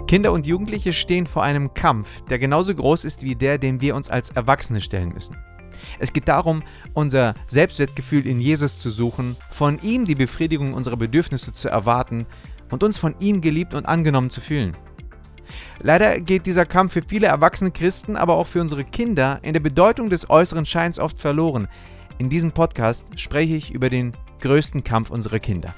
Kinder und Jugendliche stehen vor einem Kampf, der genauso groß ist wie der, dem wir uns als Erwachsene stellen müssen. Es geht darum, unser Selbstwertgefühl in Jesus zu suchen, von ihm die Befriedigung unserer Bedürfnisse zu erwarten und uns von ihm geliebt und angenommen zu fühlen. Leider geht dieser Kampf für viele erwachsene Christen, aber auch für unsere Kinder in der Bedeutung des äußeren Scheins oft verloren. In diesem Podcast spreche ich über den größten Kampf unserer Kinder.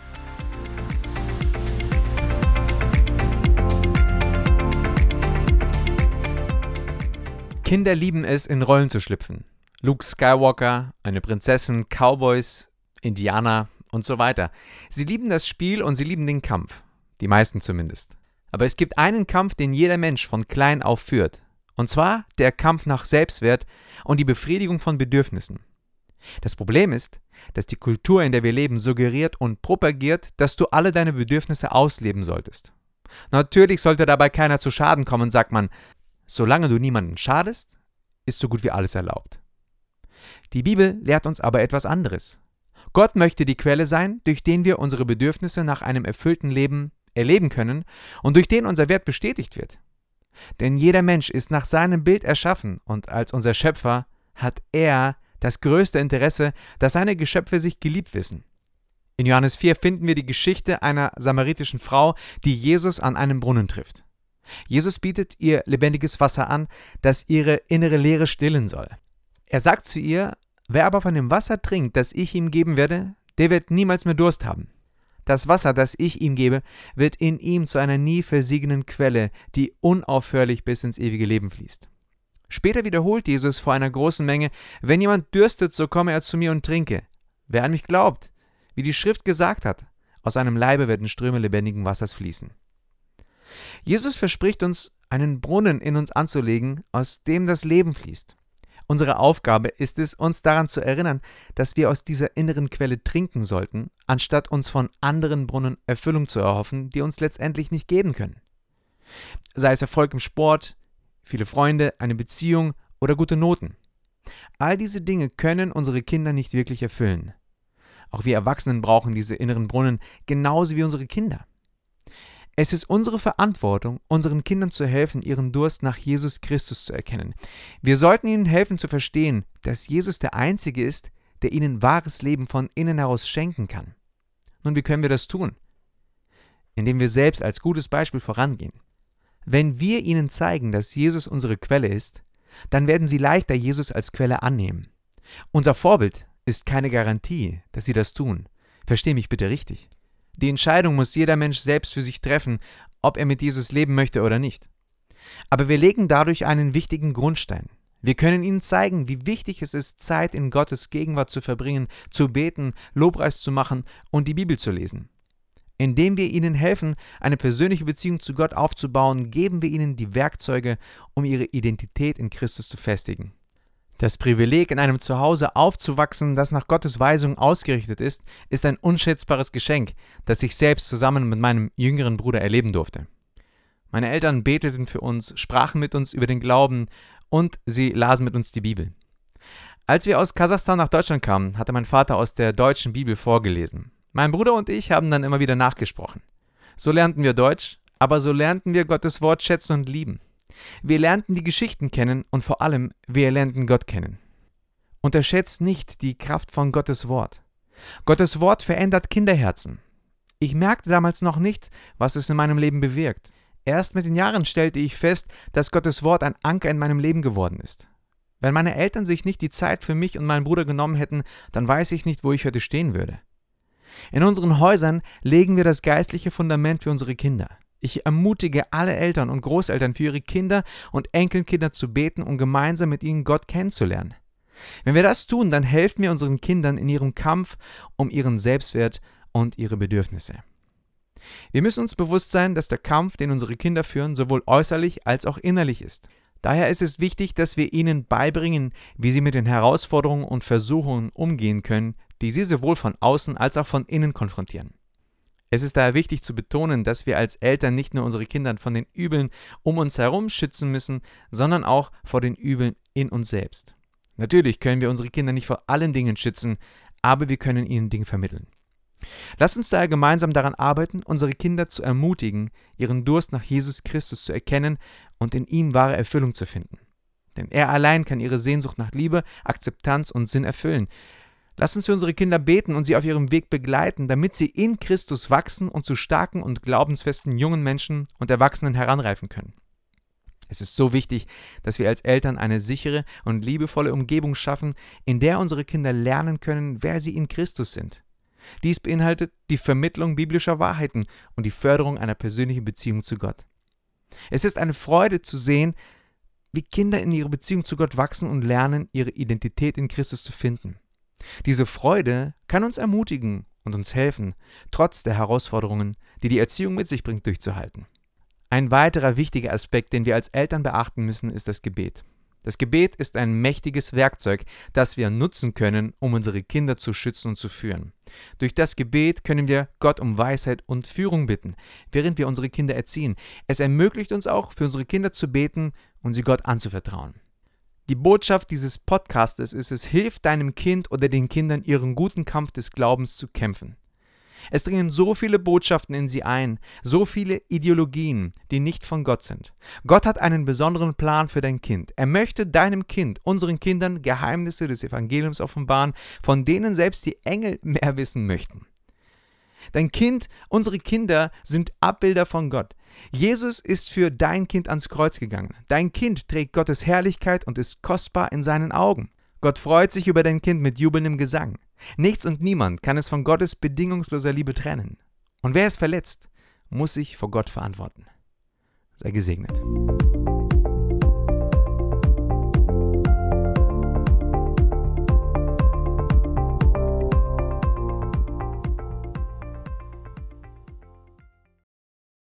Kinder lieben es, in Rollen zu schlüpfen. Luke Skywalker, eine Prinzessin, Cowboys, Indianer und so weiter. Sie lieben das Spiel und sie lieben den Kampf. Die meisten zumindest. Aber es gibt einen Kampf, den jeder Mensch von klein auf führt. Und zwar der Kampf nach Selbstwert und die Befriedigung von Bedürfnissen. Das Problem ist, dass die Kultur, in der wir leben, suggeriert und propagiert, dass du alle deine Bedürfnisse ausleben solltest. Natürlich sollte dabei keiner zu Schaden kommen, sagt man. Solange du niemandem schadest, ist so gut wie alles erlaubt. Die Bibel lehrt uns aber etwas anderes. Gott möchte die Quelle sein, durch den wir unsere Bedürfnisse nach einem erfüllten Leben erleben können und durch den unser Wert bestätigt wird. Denn jeder Mensch ist nach seinem Bild erschaffen und als unser Schöpfer hat er das größte Interesse, dass seine Geschöpfe sich geliebt wissen. In Johannes 4 finden wir die Geschichte einer samaritischen Frau, die Jesus an einem Brunnen trifft. Jesus bietet ihr lebendiges Wasser an, das ihre innere Leere stillen soll. Er sagt zu ihr, wer aber von dem Wasser trinkt, das ich ihm geben werde, der wird niemals mehr Durst haben. Das Wasser, das ich ihm gebe, wird in ihm zu einer nie versiegenden Quelle, die unaufhörlich bis ins ewige Leben fließt. Später wiederholt Jesus vor einer großen Menge, wenn jemand dürstet, so komme er zu mir und trinke. Wer an mich glaubt, wie die Schrift gesagt hat, aus seinem Leibe werden Ströme lebendigen Wassers fließen. Jesus verspricht uns, einen Brunnen in uns anzulegen, aus dem das Leben fließt. Unsere Aufgabe ist es, uns daran zu erinnern, dass wir aus dieser inneren Quelle trinken sollten, anstatt uns von anderen Brunnen Erfüllung zu erhoffen, die uns letztendlich nicht geben können. Sei es Erfolg im Sport, viele Freunde, eine Beziehung oder gute Noten. All diese Dinge können unsere Kinder nicht wirklich erfüllen. Auch wir Erwachsenen brauchen diese inneren Brunnen, genauso wie unsere Kinder. Es ist unsere Verantwortung, unseren Kindern zu helfen, ihren Durst nach Jesus Christus zu erkennen. Wir sollten ihnen helfen zu verstehen, dass Jesus der Einzige ist, der ihnen wahres Leben von innen heraus schenken kann. Nun, wie können wir das tun? Indem wir selbst als gutes Beispiel vorangehen. Wenn wir ihnen zeigen, dass Jesus unsere Quelle ist, dann werden sie leichter Jesus als Quelle annehmen. Unser Vorbild ist keine Garantie, dass sie das tun. Versteh mich bitte richtig. Die Entscheidung muss jeder Mensch selbst für sich treffen, ob er mit Jesus leben möchte oder nicht. Aber wir legen dadurch einen wichtigen Grundstein. Wir können ihnen zeigen, wie wichtig es ist, Zeit in Gottes Gegenwart zu verbringen, zu beten, Lobpreis zu machen und die Bibel zu lesen. Indem wir ihnen helfen, eine persönliche Beziehung zu Gott aufzubauen, geben wir ihnen die Werkzeuge, um ihre Identität in Christus zu festigen. Das Privileg, in einem Zuhause aufzuwachsen, das nach Gottes Weisung ausgerichtet ist ein unschätzbares Geschenk, das ich selbst zusammen mit meinem jüngeren Bruder erleben durfte. Meine Eltern beteten für uns, sprachen mit uns über den Glauben und sie lasen mit uns die Bibel. Als wir aus Kasachstan nach Deutschland kamen, hatte mein Vater aus der deutschen Bibel vorgelesen. Mein Bruder und ich haben dann immer wieder nachgesprochen. So lernten wir Deutsch, aber so lernten wir Gottes Wort schätzen und lieben. Wir lernten die Geschichten kennen und vor allem, wir lernten Gott kennen. Unterschätzt nicht die Kraft von Gottes Wort. Gottes Wort verändert Kinderherzen. Ich merkte damals noch nicht, was es in meinem Leben bewirkt. Erst mit den Jahren stellte ich fest, dass Gottes Wort ein Anker in meinem Leben geworden ist. Wenn meine Eltern sich nicht die Zeit für mich und meinen Bruder genommen hätten, dann weiß ich nicht, wo ich heute stehen würde. In unseren Häusern legen wir das geistliche Fundament für unsere Kinder. Ich ermutige alle Eltern und Großeltern für ihre Kinder und Enkelkinder zu beten und gemeinsam mit ihnen Gott kennenzulernen. Wenn wir das tun, dann helfen wir unseren Kindern in ihrem Kampf um ihren Selbstwert und ihre Bedürfnisse. Wir müssen uns bewusst sein, dass der Kampf, den unsere Kinder führen, sowohl äußerlich als auch innerlich ist. Daher ist es wichtig, dass wir ihnen beibringen, wie sie mit den Herausforderungen und Versuchungen umgehen können, die sie sowohl von außen als auch von innen konfrontieren. Es ist daher wichtig zu betonen, dass wir als Eltern nicht nur unsere Kinder von den Übeln um uns herum schützen müssen, sondern auch vor den Übeln in uns selbst. Natürlich können wir unsere Kinder nicht vor allen Dingen schützen, aber wir können ihnen Dinge vermitteln. Lasst uns daher gemeinsam daran arbeiten, unsere Kinder zu ermutigen, ihren Durst nach Jesus Christus zu erkennen und in ihm wahre Erfüllung zu finden. Denn er allein kann ihre Sehnsucht nach Liebe, Akzeptanz und Sinn erfüllen. Lasst uns für unsere Kinder beten und sie auf ihrem Weg begleiten, damit sie in Christus wachsen und zu starken und glaubensfesten jungen Menschen und Erwachsenen heranreifen können. Es ist so wichtig, dass wir als Eltern eine sichere und liebevolle Umgebung schaffen, in der unsere Kinder lernen können, wer sie in Christus sind. Dies beinhaltet die Vermittlung biblischer Wahrheiten und die Förderung einer persönlichen Beziehung zu Gott. Es ist eine Freude zu sehen, wie Kinder in ihrer Beziehung zu Gott wachsen und lernen, ihre Identität in Christus zu finden. Diese Freude kann uns ermutigen und uns helfen, trotz der Herausforderungen, die die Erziehung mit sich bringt, durchzuhalten. Ein weiterer wichtiger Aspekt, den wir als Eltern beachten müssen, ist das Gebet. Das Gebet ist ein mächtiges Werkzeug, das wir nutzen können, um unsere Kinder zu schützen und zu führen. Durch das Gebet können wir Gott um Weisheit und Führung bitten, während wir unsere Kinder erziehen. Es ermöglicht uns auch, für unsere Kinder zu beten und sie Gott anzuvertrauen. Die Botschaft dieses Podcastes ist, es hilft deinem Kind oder den Kindern, ihren guten Kampf des Glaubens zu kämpfen. Es dringen so viele Botschaften in sie ein, so viele Ideologien, die nicht von Gott sind. Gott hat einen besonderen Plan für dein Kind. Er möchte deinem Kind, unseren Kindern, Geheimnisse des Evangeliums offenbaren, von denen selbst die Engel mehr wissen möchten. Dein Kind, unsere Kinder sind Abbilder von Gott. Jesus ist für dein Kind ans Kreuz gegangen. Dein Kind trägt Gottes Herrlichkeit und ist kostbar in seinen Augen. Gott freut sich über dein Kind mit jubelndem Gesang. Nichts und niemand kann es von Gottes bedingungsloser Liebe trennen. Und wer es verletzt, muss sich vor Gott verantworten. Sei gesegnet.